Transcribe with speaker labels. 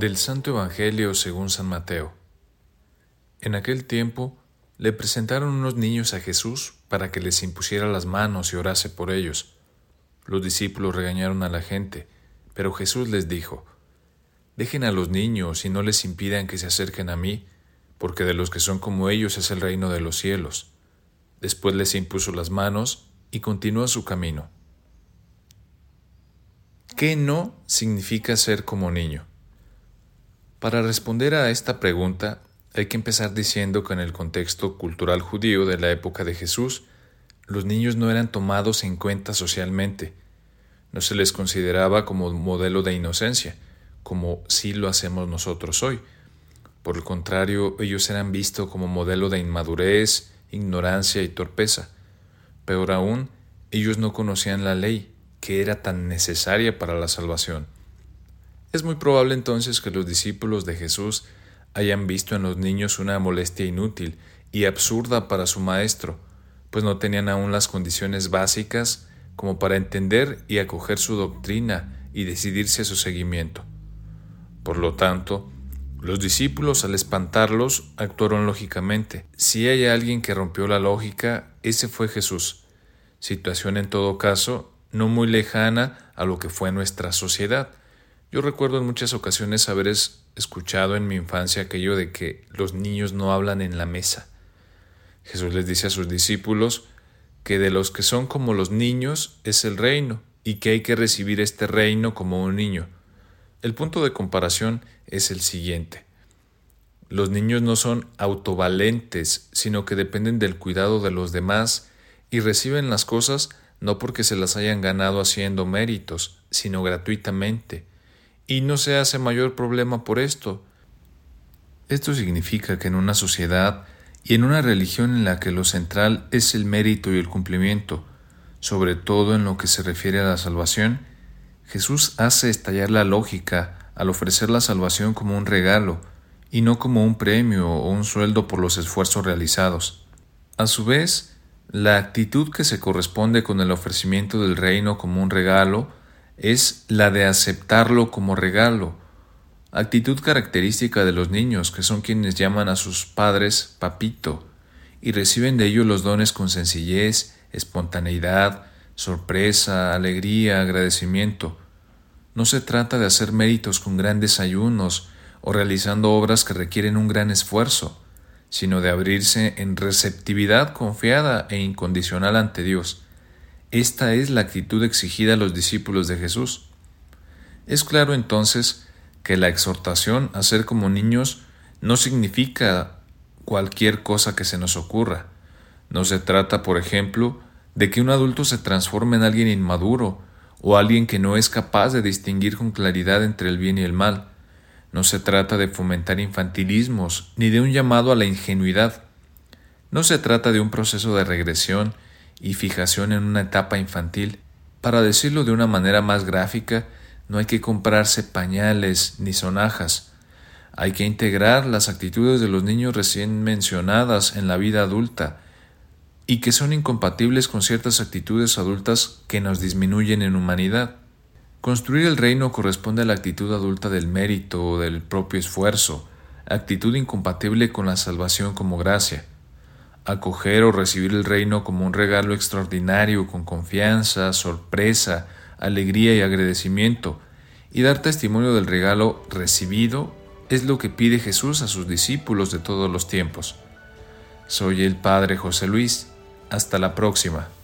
Speaker 1: Del Santo Evangelio según San Mateo. En aquel tiempo le presentaron unos niños a Jesús para que les impusiera las manos y orase por ellos. Los discípulos regañaron a la gente, pero Jesús les dijo: «Dejen a los niños y no les impidan que se acerquen a mí, porque de los que son como ellos es el reino de los cielos». Después les impuso las manos y continuó su camino. ¿Qué no significa ser como niño? Para responder a esta pregunta, hay que empezar diciendo que en el contexto cultural judío de la época de Jesús, los niños no eran tomados en cuenta socialmente. No se les consideraba como modelo de inocencia, como sí lo hacemos nosotros hoy. Por el contrario, ellos eran vistos como modelo de inmadurez, ignorancia y torpeza. Peor aún, ellos no conocían la ley, que era tan necesaria para la salvación. Es muy probable entonces que los discípulos de Jesús hayan visto en los niños una molestia inútil y absurda para su maestro, pues no tenían aún las condiciones básicas como para entender y acoger su doctrina y decidirse a su seguimiento. Por lo tanto, los discípulos, al espantarlos, actuaron lógicamente. Si hay alguien que rompió la lógica, ese fue Jesús. Situación en todo caso no muy lejana a lo que fue nuestra sociedad. Yo recuerdo en muchas ocasiones haber escuchado en mi infancia aquello de que los niños no hablan en la mesa. Jesús les dice a sus discípulos que de los que son como los niños es el reino y que hay que recibir este reino como un niño. El punto de comparación es el siguiente. Los niños no son autovalentes, sino que dependen del cuidado de los demás y reciben las cosas no porque se las hayan ganado haciendo méritos, sino gratuitamente. Y no se hace mayor problema por esto. Esto significa que en una sociedad y en una religión en la que lo central es el mérito y el cumplimiento, sobre todo en lo que se refiere a la salvación, Jesús hace estallar la lógica al ofrecer la salvación como un regalo y no como un premio o un sueldo por los esfuerzos realizados. A su vez, la actitud que se corresponde con el ofrecimiento del reino como un regalo es la de aceptarlo como regalo, actitud característica de los niños, que son quienes llaman a sus padres papito, y reciben de ellos los dones con sencillez, espontaneidad, sorpresa, alegría, agradecimiento. No se trata de hacer méritos con grandes ayunos o realizando obras que requieren un gran esfuerzo, sino de abrirse en receptividad confiada e incondicional ante Dios. Esta es la actitud exigida a los discípulos de Jesús. Es claro entonces que la exhortación a ser como niños no significa cualquier cosa que se nos ocurra. No se trata, por ejemplo, de que un adulto se transforme en alguien inmaduro o alguien que no es capaz de distinguir con claridad entre el bien y el mal. No se trata de fomentar infantilismos ni de un llamado a la ingenuidad. No se trata de un proceso de regresión y fijación en una etapa infantil. Para decirlo de una manera más gráfica, no hay que comprarse pañales ni sonajas. Hay que integrar las actitudes de los niños recién mencionadas en la vida adulta y que son incompatibles con ciertas actitudes adultas que nos disminuyen en humanidad. Construir el reino corresponde a la actitud adulta del mérito o del propio esfuerzo, actitud incompatible con la salvación como gracia. Acoger o recibir el reino como un regalo extraordinario con confianza, sorpresa, alegría y agradecimiento, y dar testimonio del regalo recibido es lo que pide Jesús a sus discípulos de todos los tiempos. Soy el Padre José Luis. Hasta la próxima.